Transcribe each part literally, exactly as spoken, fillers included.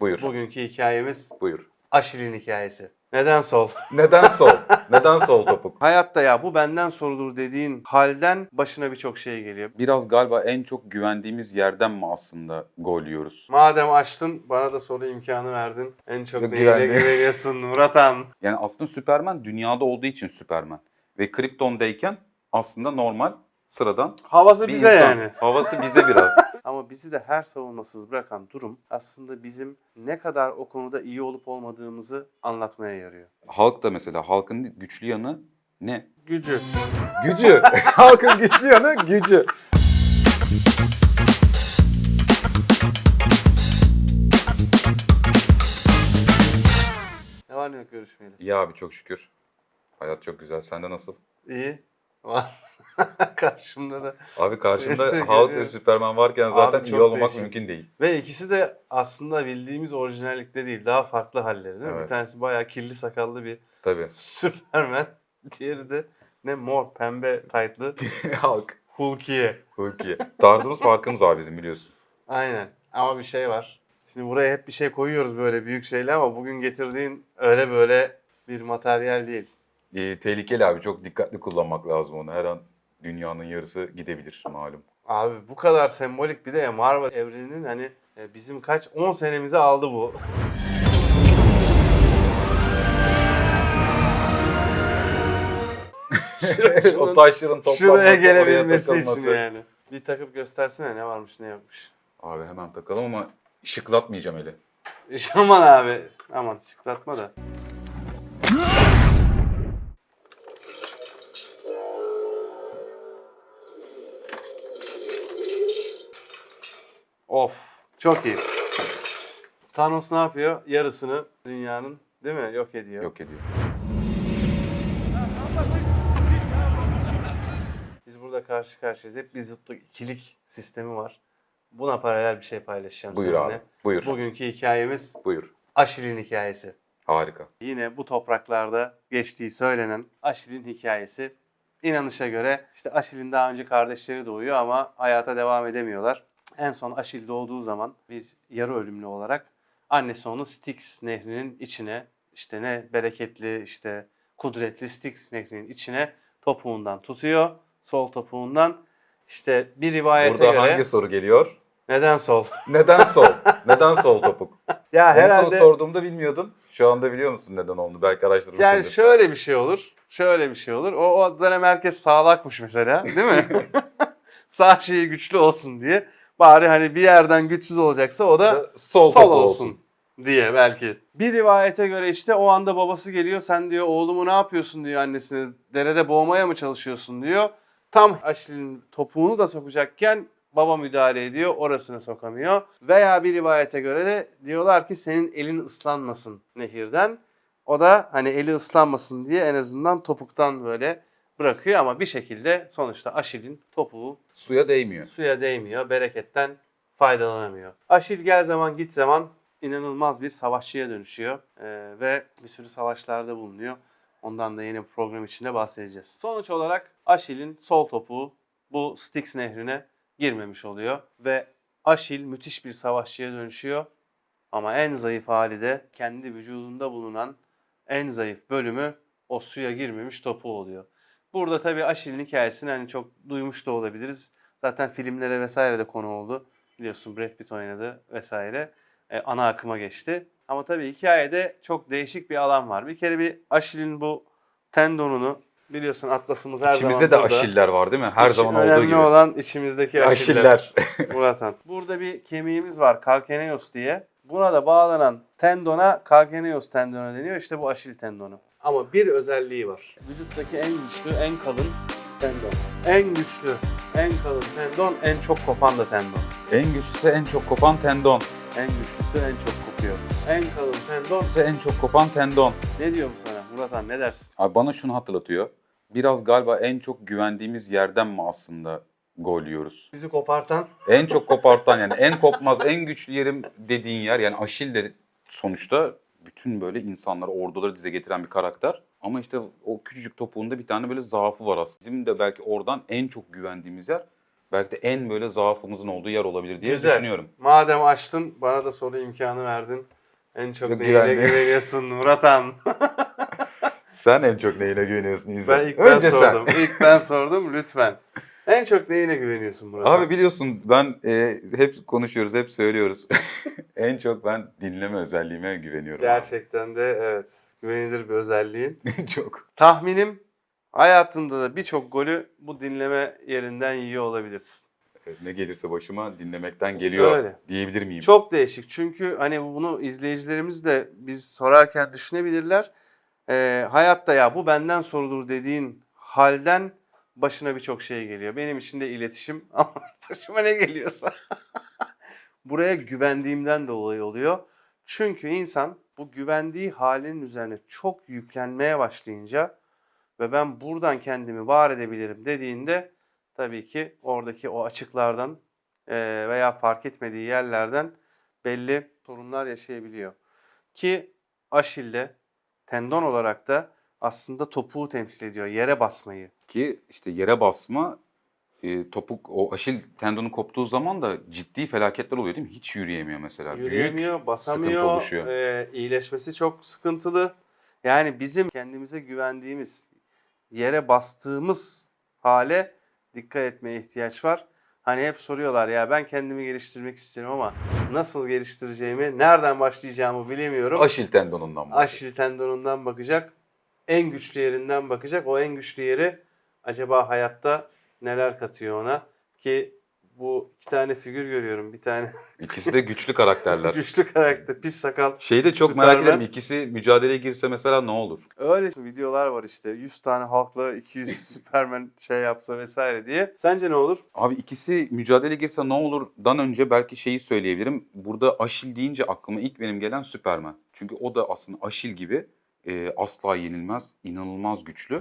Buyur. Bugünkü hikayemiz Buyur. Aşil'in hikayesi. Neden sol? Neden sol? Neden sol topuk? Hayatta ya bu benden sorulur dediğin halden başına birçok şey geliyor. Biraz galiba en çok güvendiğimiz yerden mi aslında gol yiyoruz? Madem açtın bana da soru imkanı verdin. En çok Yok, neyine güvenli. güveniyorsun Muratan? Yani aslında Süperman dünyada olduğu için Süperman. Ve Krypton'dayken aslında normal, sıradan Havası bir bize insan. yani. Havası bize biraz. Ama bizi de her savunmasız bırakan durum aslında bizim ne kadar o konuda iyi olup olmadığımızı anlatmaya yarıyor. Halk da mesela, halkın güçlü yanı ne? Gücü. Gücü. Halkın güçlü yanı gücü. Ne var ne yok görüşmeyeli. İyi abi, çok şükür. Hayat çok güzel. Sende nasıl? İyi. Karşımda da. Abi karşımda Evet, Hulk ve görüyorum. Süperman varken zaten Abi iyi çok olmamak değişik. mümkün değil. Ve ikisi de aslında bildiğimiz orijinallikte değil. Daha farklı halleri değil mi? Evet. Bir tanesi bayağı kirli sakallı bir Tabii. Süperman. Diğeri de ne mor pembe taytlı Hulk. Hulkiye. Hulki. Tarzımız farkımız abi bizim, biliyorsun. Aynen. Ama bir şey var. Şimdi buraya hep bir şey koyuyoruz böyle büyük şeyler ama bugün getirdiğin öyle böyle bir materyal değil. Ee, tehlikeli abi. Çok dikkatli kullanmak lazım onu. Her an dünyanın yarısı gidebilir malum. Abi bu kadar sembolik bir de ya Marvel evreninin hani e, bizim kaç on senemizi aldı bu. O taşların toplanması, Şuraya oraya gelebilmesi takılması. için yani. Bir takıp göstersene ne varmış ne yokmuş. Abi hemen takalım ama şıklatmayacağım eli. Aman abi. Aman şıklatma da. Of. Çok iyi. Thanos ne yapıyor? Yarısını dünyanın değil mi? Yok ediyor. Yok ediyor. Biz burada karşı karşıyayız. Hep bir zıtlık, ikilik sistemi var. Buna paralel bir şey paylaşacağım Buyur seninle. abi. Buyur. Bugünkü hikayemiz Buyur. Aşil'in hikayesi. Harika. Yine bu topraklarda geçtiği söylenen Aşil'in hikayesi. İnanışa göre işte Aşil'in daha önce kardeşleri doğuyor ama hayata devam edemiyorlar. En son Aşil doğduğu zaman bir yarı ölümlü olarak annesi onu Styx nehrinin içine işte ne bereketli işte kudretli Styx nehrinin içine topuğundan tutuyor. Sol topuğundan. İşte bir rivayete Burada göre hangi soru geliyor? neden sol? Neden sol? Neden sol topuk? Ya En son herhalde sorduğumda bilmiyordum. Şu anda biliyor musun neden oldu? Belki araştırmışsındır. yani şöyle bir şey olur. Şöyle bir şey olur. O, o dönem herkes sağlakmış mesela değil mi? Sağ şeyi güçlü olsun diye. Bari hani bir yerden güçsüz olacaksa o da sol, sol, topu olsun, olsun. diye belki. Bir rivayete göre işte o anda babası geliyor. Sen diyor oğlumu ne yapıyorsun diyor annesine. Derede boğmaya mı çalışıyorsun diyor. Tam Aşil'in topuğunu da sokacakken baba müdahale ediyor. Orasını sokamıyor. Veya bir rivayete göre de diyorlar ki senin elin ıslanmasın nehirden. O da hani eli ıslanmasın diye en azından topuktan böyle bırakıyor ama bir şekilde sonuçta Aşil'in topuğu Suya değmiyor. suya değmiyor, bereketten faydalanamıyor. Aşil gel zaman git zaman inanılmaz bir savaşçıya dönüşüyor ee, ve bir sürü savaşlarda bulunuyor. Ondan da yeni bir program içinde bahsedeceğiz. Sonuç olarak Aşil'in sol topuğu bu Styx nehrine girmemiş oluyor ve Aşil müthiş bir savaşçıya dönüşüyor. Ama en zayıf hali de kendi vücudunda bulunan en zayıf bölümü o suya girmemiş topuğu oluyor. Burada tabii Aşil'in hikayesini hani çok duymuş da olabiliriz. Zaten filmlere vesaire de konu oldu. Biliyorsun Brad Pitt oynadı vesaire. Ee, ana akıma geçti. Ama tabii hikayede çok değişik bir alan var. Bir kere bir Aşil'in bu tendonunu biliyorsun Atlas'ımız her İçimizde de zaman burada. aşiller var değil mi? Her İç- zaman olduğu önemli gibi. olan içimizdeki aşiller. Aşiller. Murathan. Burada bir kemiğimiz var kalkaneus diye. Buna da bağlanan tendona kalkaneus tendonu deniyor. İşte bu Aşil tendonu. Ama bir özelliği var. Vücuttaki en güçlü, en kalın tendon. En güçlü, en kalın tendon, en çok kopan da tendon. En güçlüsü en çok kopan tendon. En güçlüsü en çok kopuyor. En kalın tendon. Güçlüsü en çok kopan tendon. Ne diyor bu sana Murathan, ne dersin? Abi bana şunu hatırlatıyor. Biraz galiba en çok güvendiğimiz yerden mi aslında gol yiyoruz? Bizi kopartan. En çok kopartan, yani en kopmaz, en güçlü yerim dediğin yer. Yani Aşil de sonuçta bütün böyle insanları, orduları dize getiren bir karakter. Ama işte o küçücük topuğunda bir tane böyle zaafı var aslında. Bizim de belki oradan en çok güvendiğimiz yer. belki de en böyle zaafımızın olduğu yer olabilir diye Güzel. düşünüyorum. Madem açtın, bana da soru imkanı verdin. En çok Yok, neyine güvenli. güveniyorsun Muratan? Sen en çok neyine güveniyorsun İzzet? Ben ilk ben Önce sen. sordum. İlk ben sordum lütfen. En çok neyine güveniyorsun Muratan? Abi biliyorsun ben e, hep konuşuyoruz, hep söylüyoruz. En çok ben dinleme özelliğime güveniyorum. Gerçekten de evet. Güvenilir bir özelliğin. Abi. Çok. Tahminim hayatında da birçok golü bu dinleme yerinden yiyor olabilirsin. Evet, ne gelirse başıma dinlemekten geliyor Öyle. diyebilir miyim? Çok değişik. Çünkü hani bunu izleyicilerimiz de biz sorarken düşünebilirler. Ee, hayatta ya bu benden sorulur dediğin halden başına birçok şey geliyor. Benim için de iletişim ama başıma ne geliyorsa. Buraya güvendiğimden dolayı oluyor. Çünkü insan bu güvendiği halinin üzerine çok yüklenmeye başlayınca ve ben buradan kendimi var edebilirim dediğinde tabii ki oradaki o açıklardan eee, veya fark etmediği yerlerden belli sorunlar yaşayabiliyor. Ki Aşil'de tendon olarak da aslında topuğu temsil ediyor, yere basmayı. Ki işte yere basma, e, topuk, o aşil tendonu koptuğu zaman da ciddi felaketler oluyor değil mi? Hiç yürüyemiyor mesela. Yürüyemiyor, Büyük basamıyor, sıkıntı oluşuyor. eee, iyileşmesi çok sıkıntılı. Yani bizim kendimize güvendiğimiz, yere bastığımız hale dikkat etmeye ihtiyaç var. Hani hep soruyorlar ya ben kendimi geliştirmek istiyorum ama nasıl geliştireceğimi, nereden başlayacağımı bilemiyorum. Aşil tendonundan bahsediyor. Aşil tendonundan bakacak, en güçlü yerinden bakacak. O en güçlü yeri acaba hayatta neler katıyor ona? Ki bu iki tane figür görüyorum. Bir tane İkisi de güçlü karakterler. güçlü karakter, pis sakal. Şeyi de çok merak Superman. ederim. İkisi mücadeleye girse mesela ne olur? Öyle videolar var işte. yüz tane halkla iki yüz Superman şey yapsa vesaire diye. Sence ne olur? Abi ikisi mücadeleye girse ne olurdan önce belki şeyi söyleyebilirim. Burada Aşil deyince aklıma ilk benim gelen Superman. Çünkü o da aslında Aşil gibi e, asla yenilmez, inanılmaz güçlü.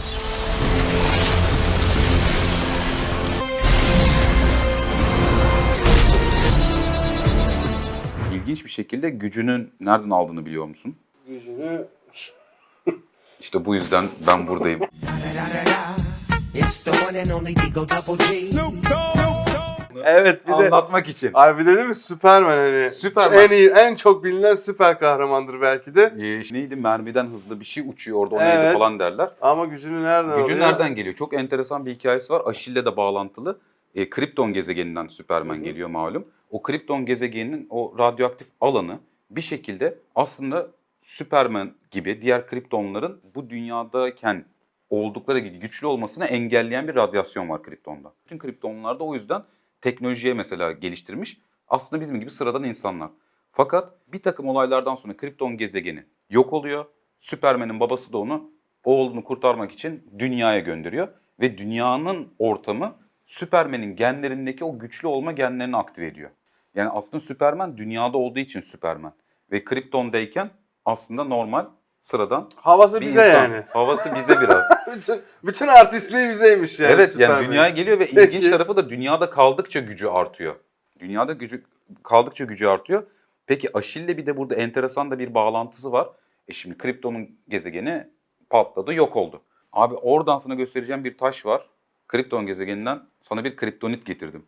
İlginç bir şekilde gücünün nereden aldığını biliyor musun? Gücünü... İşte bu yüzden ben buradayım. It's the one and only Digo Double G. Evet bir de... Anlatmak için. Abi dedi mi Superman hani. Superman. En iyi, en çok bilinen süper kahramandır belki de. Ee, neydi? Mermiden hızlı bir şey uçuyor orada, o Evet. neydi falan derler. Ama gücünü nereden Gücü alıyor? nereden geliyor? Çok enteresan bir hikayesi var. Aşil'le de bağlantılı. E, Krypton gezegeninden Superman Hı hı. geliyor malum. O Krypton gezegeninin o radyoaktif alanı bir şekilde aslında Superman gibi diğer Kryptonların bu dünyadayken oldukları gibi güçlü olmasını engelleyen bir radyasyon var Krypton'da. Bütün Kryptonlar da o yüzden teknolojiye mesela geliştirmiş. Aslında bizim gibi sıradan insanlar. Fakat bir takım olaylardan sonra Krypton gezegeni yok oluyor. Superman'in babası da onu oğlunu kurtarmak için dünyaya gönderiyor. Ve dünyanın ortamı Superman'in genlerindeki o güçlü olma genlerini aktive ediyor. Yani aslında Superman dünyada olduğu için Superman. Ve Krypton'dayken aslında normal, sıradan Havası bir bize insan. yani. Havası bize biraz. bütün, bütün artistliği bizeymiş yani. Evet Superman. yani dünyaya geliyor ve Peki. ilginç tarafı da dünyada kaldıkça gücü artıyor. Dünyada gücü kaldıkça gücü artıyor. Peki Aşil'le bir de burada enteresan da bir bağlantısı var. E şimdi Krypton'un gezegeni patladı, yok oldu. Abi oradan sana göstereceğim bir taş var. Krypton gezegeninden sana bir kriptonit getirdim.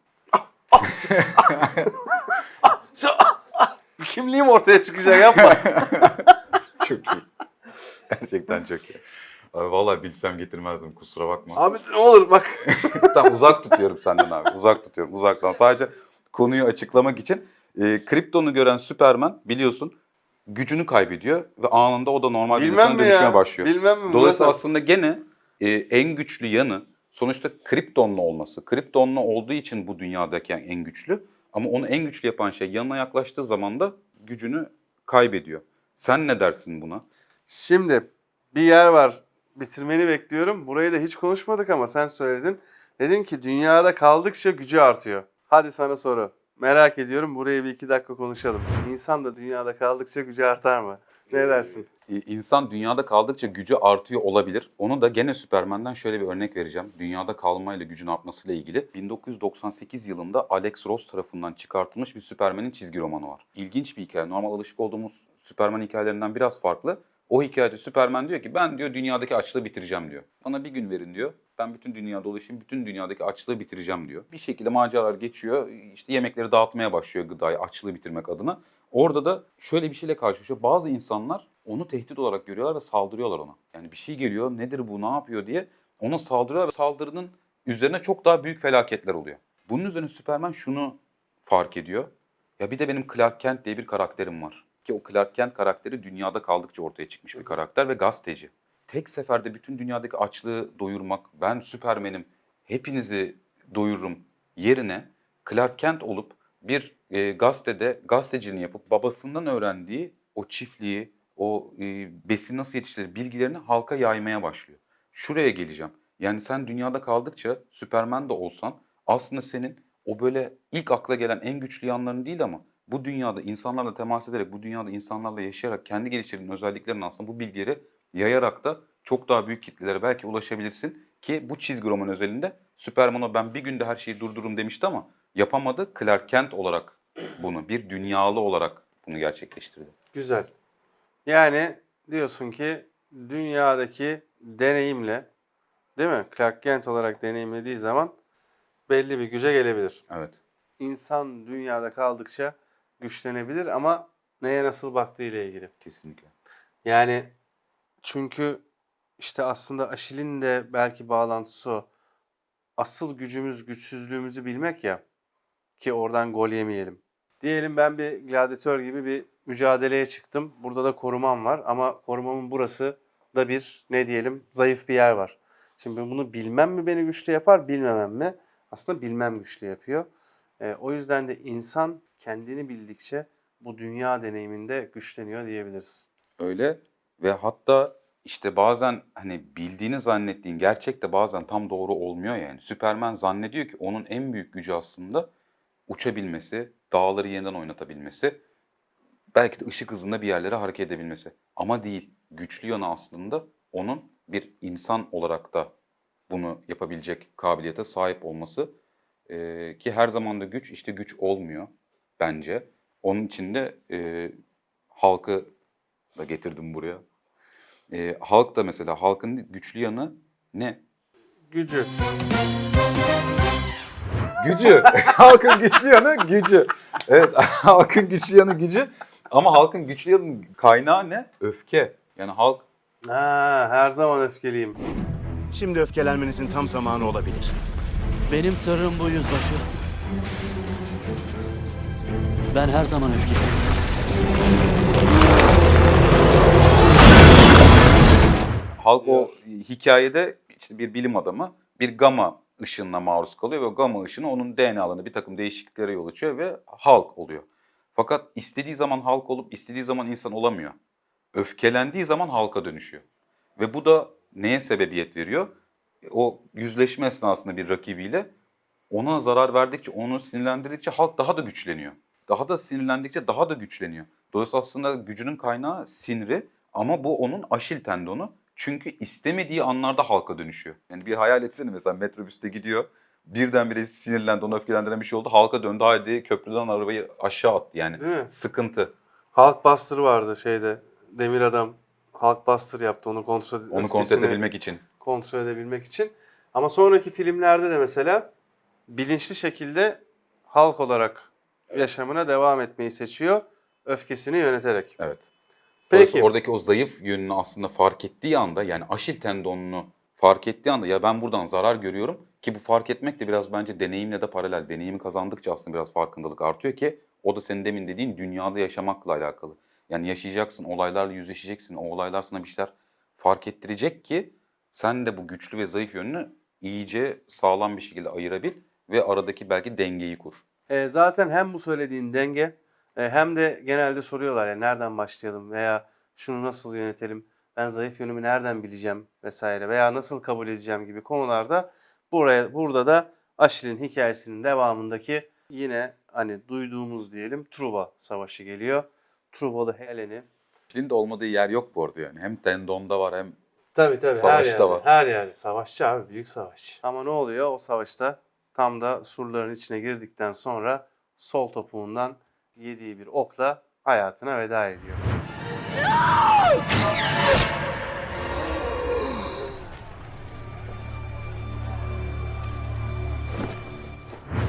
Su- Kimliğim ortaya çıkacak yapma. Çok iyi. Gerçekten çok iyi. Abi vallahi bilsem getirmezdim, kusura bakma. Abi ne olur bak. Tamam, uzak tutuyorum senden abi. Uzak tutuyorum, uzaktan. Sadece konuyu açıklamak için. E, Krypton'u gören Superman biliyorsun gücünü kaybediyor ve anında o da normal bir Bilmem insana mi dönüşmeye ya? başlıyor. Bilmem mi? Dolayısıyla Murat? aslında gene e, en güçlü yanı sonuçta Kryptonlu olması. Kryptonlu olduğu için bu dünyadaki en güçlü. Ama onu en güçlü yapan şey yanına yaklaştığı zaman da gücünü kaybediyor. Sen ne dersin buna? Şimdi bir yer var. Bitirmeni bekliyorum. Burayı da hiç konuşmadık ama sen söyledin. Dedin ki dünyada kaldıkça gücü artıyor. Hadi sana soru. Merak ediyorum. Burayı bir iki dakika konuşalım. İnsan da dünyada kaldıkça gücü artar mı? Ne dersin? E, İnsan dünyada kaldıkça gücü artıyor olabilir. Onu da gene Superman'den şöyle bir örnek vereceğim. Dünyada kalmayla gücün artmasıyla ilgili. bin dokuz yüz doksan sekiz yılında Alex Ross tarafından çıkartılmış bir Superman'in çizgi romanı var. İlginç bir hikaye. Normal alışık olduğumuz Superman hikayelerinden biraz farklı. O hikayede Superman diyor ki ben diyor dünyadaki açlığı bitireceğim diyor. Bana bir gün verin diyor. Ben bütün dünya dolaşayım, bütün dünyadaki açlığı bitireceğim diyor. Bir şekilde maceralar geçiyor, işte yemekleri dağıtmaya başlıyor gıdayı, açlığı bitirmek adına. Orada da şöyle bir şeyle karşılaşıyor. Bazı insanlar onu tehdit olarak görüyorlar ve saldırıyorlar ona. Yani bir şey geliyor, nedir bu, ne yapıyor diye ona saldırıyorlar ve saldırının üzerine çok daha büyük felaketler oluyor. Bunun üzerine Superman şunu fark ediyor. Ya bir de benim Clark Kent diye bir karakterim var. Ki o Clark Kent karakteri dünyada kaldıkça ortaya çıkmış bir karakter ve gazeteci. Tek seferde bütün dünyadaki açlığı doyurmak, ben Süpermen'im, hepinizi doyururum yerine Clark Kent olup bir e, gazetede gazeteciliğini yapıp babasından öğrendiği o çiftliği, o e, besin nasıl yetiştirilir bilgilerini halka yaymaya başlıyor. Şuraya geleceğim. Yani sen dünyada kaldıkça Süpermen de olsan aslında senin o böyle ilk akla gelen en güçlü yanların değil ama bu dünyada insanlarla temas ederek, bu dünyada insanlarla yaşayarak kendi geliştirdiğin özelliklerini aslında bu bilgileri yayarak da çok daha büyük kitlelere belki ulaşabilirsin. Ki bu çizgi roman özelinde Superman'a ben bir günde her şeyi durdururum demişti ama yapamadı. Clark Kent olarak bunu, bir dünyalı olarak bunu gerçekleştirdi. Güzel. Yani diyorsun ki dünyadaki deneyimle, değil mi? Clark Kent olarak deneyimlediği zaman belli bir güce gelebilir. Evet. İnsan dünyada kaldıkça güçlenebilir ama neye nasıl baktığı ile ilgili. Kesinlikle. Yani çünkü işte aslında Aşil'in de belki bağlantısı o. Asıl gücümüz güçsüzlüğümüzü bilmek ya, ki oradan gol yemeyelim. Diyelim ben bir gladyatör gibi bir mücadeleye çıktım. Burada da korumam var ama korumamın burası da bir ne diyelim zayıf bir yer var. Şimdi bunu bilmem mi beni güçlü yapar, bilmemem mi? Aslında bilmem güçlü yapıyor. E, o yüzden de insan kendini bildikçe bu dünya deneyiminde güçleniyor diyebiliriz. Öyle ve hatta işte bazen hani bildiğini zannettiğin gerçek de bazen tam doğru olmuyor yani. Süperman zannediyor ki onun en büyük gücü aslında uçabilmesi, dağları yeniden oynatabilmesi, belki de ışık hızında bir yerlere hareket edebilmesi. Ama değil, güçlü yanı aslında onun bir insan olarak da bunu yapabilecek kabiliyete sahip olması. Ee, ki her zaman da güç işte güç olmuyor bence. Onun için de e, halkı da getirdim buraya. Ee, halk da mesela halkın güçlü yanı ne? Gücü. Gücü. Halkın güçlü yanı gücü. Evet, halkın güçlü yanı gücü. Ama halkın güçlü yanı kaynağı ne? Öfke. Yani halk Ha, her zaman öfkeliyim. Şimdi öfkelenmenizin tam zamanı olabilir. Benim sırrım bu yüzbaşı. Ben her zaman öfkeliyim. halk o hikayede işte bir bilim adamı bir gama ışınına maruz kalıyor ve o gama ışını onun D N A'larında bir takım değişikliklere yol açıyor ve halk oluyor. Fakat istediği zaman halk olup istediği zaman insan olamıyor. Öfkelendiği zaman halka dönüşüyor. Ve bu da neye sebebiyet veriyor? O yüzleşme esnasında bir rakibiyle ona zarar verdikçe, onu sinirlendirdikçe halk daha da güçleniyor. Daha da sinirlendikçe daha da güçleniyor. Dolayısıyla aslında gücünün kaynağı siniri ama bu onun Aşil tendonu. Çünkü istemediği anlarda halka dönüşüyor. Yani bir hayal etsene mesela metrobüste gidiyor. Birdenbire sinirlendi, onu öfkelendiren bir şey oldu. Halka döndü, haydi köprüden arabayı aşağı attı yani. Değil mi? Sıkıntı. Hulkbuster vardı şeyde. Demir adam Hulkbuster yaptı onu kontrol, Onu kontrol öfkesini edebilmek için. kontrol edebilmek için. Ama sonraki filmlerde de mesela bilinçli şekilde Hulk olarak yaşamına devam etmeyi seçiyor. Öfkesini yöneterek. Evet. Peki. Peki. Oradaki o zayıf yönünü aslında fark ettiği anda, yani Aşil tendonunu fark ettiği anda ya ben buradan zarar görüyorum ki bu fark etmek de biraz bence deneyimle de paralel. Deneyimi kazandıkça aslında biraz farkındalık artıyor ki o da senin demin dediğin dünyada yaşamakla alakalı. Yani yaşayacaksın, olaylarla yüzleşeceksin. O olaylar sana bir şeyler fark ettirecek ki sen de bu güçlü ve zayıf yönünü iyice sağlam bir şekilde ayırabil ve aradaki belki dengeyi kur. E, zaten hem bu söylediğin denge e, hem de genelde soruyorlar ya nereden başlayalım veya şunu nasıl yönetelim, ben zayıf yönümü nereden bileceğim vesaire veya nasıl kabul edeceğim gibi konularda buraya burada da Aşil'in hikayesinin devamındaki yine hani duyduğumuz diyelim Truva Savaşı geliyor. Truvalı Helen'i. Aşil'in de olmadığı yer yok bu arada yani. Hem tendonda var hem Tabii tabii her Savaşta yerde, var. her yerde. Savaşçı abi, büyük savaşçı. Ama ne oluyor o savaşta? Tam da surların içine girdikten sonra sol topuğundan yediği bir okla hayatına veda ediyor.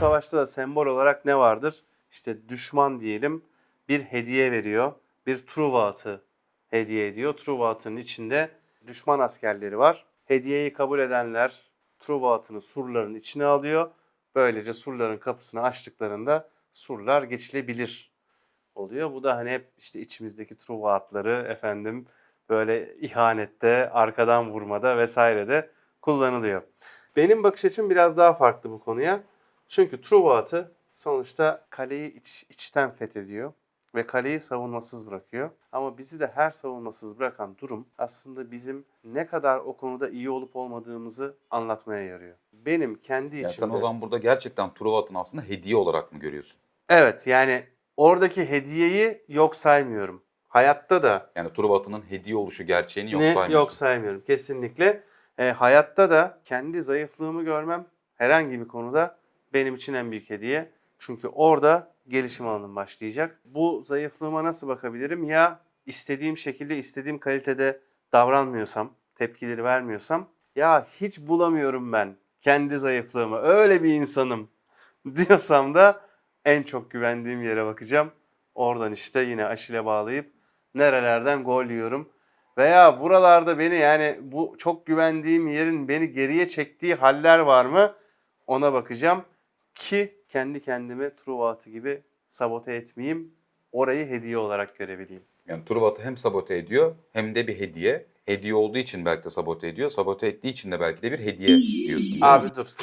savaşta da sembol olarak ne vardır? İşte düşman diyelim bir hediye veriyor. Bir Truva atı hediye ediyor. Truva atının içinde düşman askerleri var. Hediyeyi kabul edenler Truva atını surların içine alıyor. Böylece surların kapısını açtıklarında surlar geçilebilir oluyor. Bu da hani hep işte içimizdeki Truva atları efendim böyle ihanette, arkadan vurmada vesairede kullanılıyor. Benim bakış açım biraz daha farklı bu konuya. Çünkü Truva atı sonuçta kaleyi iç, içten fethediyor ve kaleyi savunmasız bırakıyor. Ama bizi de her savunmasız bırakan durum aslında bizim ne kadar o konuda iyi olup olmadığımızı anlatmaya yarıyor. Benim kendi Yani içimde... sen o zaman burada gerçekten Truva atını aslında hediye olarak mı görüyorsun? Evet, yani oradaki hediyeyi yok saymıyorum. Hayatta da Yani Truva atının hediye oluşu gerçeğini yok ne saymıyorsun. yok saymıyorum kesinlikle. E, hayatta da kendi zayıflığımı görmem herhangi bir konuda benim için en büyük hediye. Çünkü orada gelişim alanım başlayacak. Bu zayıflığıma nasıl bakabilirim? Ya istediğim şekilde, istediğim kalitede davranmıyorsam, tepkileri vermiyorsam, ya hiç bulamıyorum ben kendi zayıflığımı, öyle bir insanım diyorsam da en çok güvendiğim yere bakacağım. Oradan işte yine Aşil'e bağlayıp nerelerden gol yiyorum. Veya buralarda beni yani bu çok güvendiğim yerin beni geriye çektiği haller var mı? Ona bakacağım ki kendi kendimi Truva atı gibi sabote etmeyeyim. Orayı hediye olarak görebileyim. Yani Truva atı hem sabote ediyor hem de bir hediye. Hediye olduğu için belki de sabote ediyor. Sabote ettiği için de belki de bir hediye diyorsun. değil mi? Abi dur.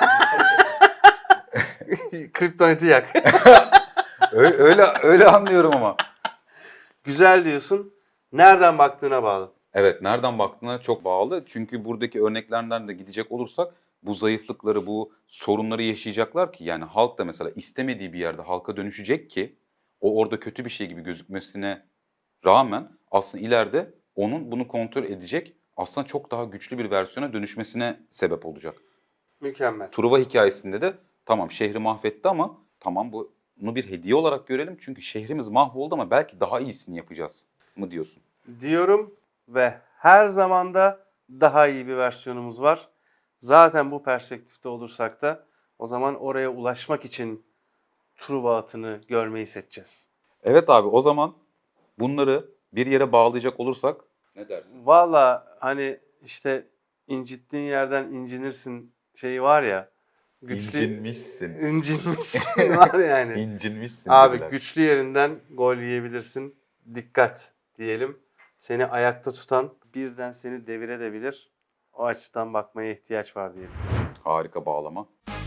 Kriptoniti yak. Öyle, öyle, öyle anlıyorum ama. Güzel diyorsun. Nereden baktığına bağlı. Evet, nereden baktığına çok bağlı. Çünkü buradaki örneklerden de gidecek olursak bu zayıflıkları, bu sorunları yaşayacaklar ki yani halk da mesela istemediği bir yerde halka dönüşecek ki o orada kötü bir şey gibi gözükmesine rağmen aslında ileride onun bunu kontrol edecek aslında çok daha güçlü bir versiyona dönüşmesine sebep olacak. Mükemmel. Truva hikayesinde de tamam şehri mahvetti ama tamam bunu bir hediye olarak görelim çünkü şehrimiz mahvoldu ama belki daha iyisini yapacağız mı diyorsun? Diyorum ve her zaman da daha iyi bir versiyonumuz var. Zaten bu perspektifte olursak da o zaman oraya ulaşmak için Truva atını görmeyi seçeceğiz. Evet abi o zaman bunları bir yere bağlayacak olursak ne dersin? Valla hani işte incittiğin yerden incinirsin şeyi var ya. Güçlü, İncinmişsin. İncinmişsin var yani. İncinmişsin. Abi dediler. güçlü yerinden gol yiyebilirsin. Dikkat diyelim. Seni ayakta tutan birden seni devirebilir. O açıdan bakmaya ihtiyaç var diyelim. Harika bağlama.